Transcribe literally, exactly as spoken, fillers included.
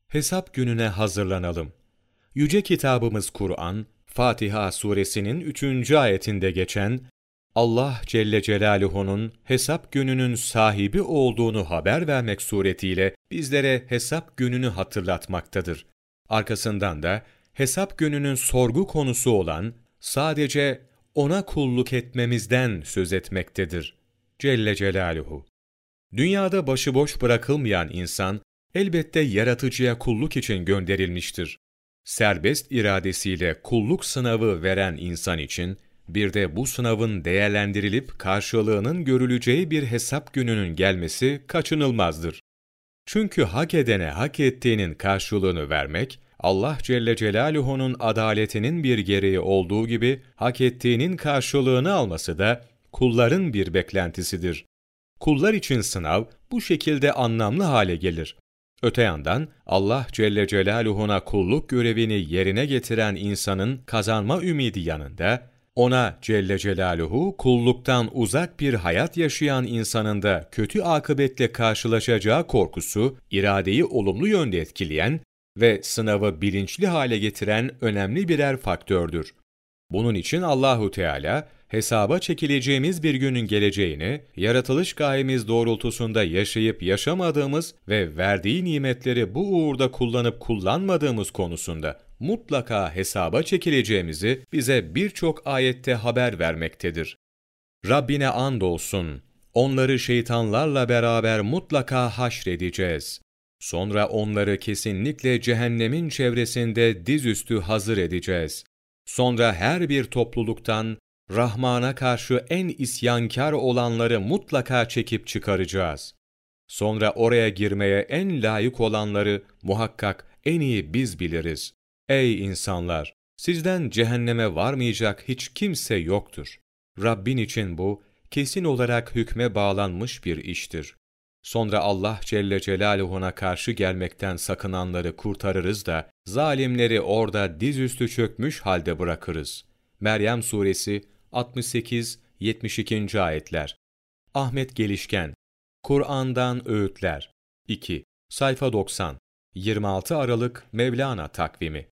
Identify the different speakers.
Speaker 1: Hesap gününe hazırlanalım. Yüce kitabımız Kur'an, Fatiha suresinin üçüncü ayetinde geçen, Allah Celle Celaluhu'nun hesap gününün sahibi olduğunu haber vermek suretiyle bizlere hesap gününü hatırlatmaktadır. Arkasından da hesap gününün sorgu konusu olan sadece ona kulluk etmemizden söz etmektedir. Celle Celaluhu. Dünyada başıboş bırakılmayan insan, elbette yaratıcıya kulluk için gönderilmiştir. Serbest iradesiyle kulluk sınavı veren insan için, bir de bu sınavın değerlendirilip karşılığının görüleceği bir hesap gününün gelmesi kaçınılmazdır. Çünkü hak edene hak ettiğinin karşılığını vermek, Allah Celle Celaluhu'nun adaletinin bir gereği olduğu gibi, hak ettiğinin karşılığını alması da kulların bir beklentisidir. Kullar için sınav bu şekilde anlamlı hale gelir. Öte yandan Allah Celle Celaluhu'na kulluk görevini yerine getiren insanın kazanma ümidi yanında, ona Celle Celaluhu kulluktan uzak bir hayat yaşayan insanın da kötü akıbetle karşılaşacağı korkusu, iradeyi olumlu yönde etkileyen ve sınavı bilinçli hale getiren önemli birer faktördür. Bunun için Allahu Teala, hesaba çekileceğimiz bir günün geleceğini, yaratılış gayemiz doğrultusunda yaşayıp yaşamadığımız ve verdiği nimetleri bu uğurda kullanıp kullanmadığımız konusunda mutlaka hesaba çekileceğimizi bize birçok ayette haber vermektedir. Rabbine andolsun, onları şeytanlarla beraber mutlaka haşredeceğiz. Sonra onları kesinlikle cehennemin çevresinde dizüstü hazır edeceğiz. Sonra her bir topluluktan Rahman'a karşı en isyankar olanları mutlaka çekip çıkaracağız. Sonra oraya girmeye en layık olanları muhakkak en iyi biz biliriz. Ey insanlar! Sizden cehenneme varmayacak hiç kimse yoktur. Rabbin için bu, kesin olarak hükme bağlanmış bir iştir. Sonra Allah Celle Celaluhu'na karşı gelmekten sakınanları kurtarırız da, zalimleri orada dizüstü çökmüş halde bırakırız. Meryem Suresi altmış sekiz yetmiş iki. ayetler. Ahmet Gelişken, Kur'an'dan Öğütler. iki. Sayfa doksan. yirmi altı Aralık Mevlana takvimi.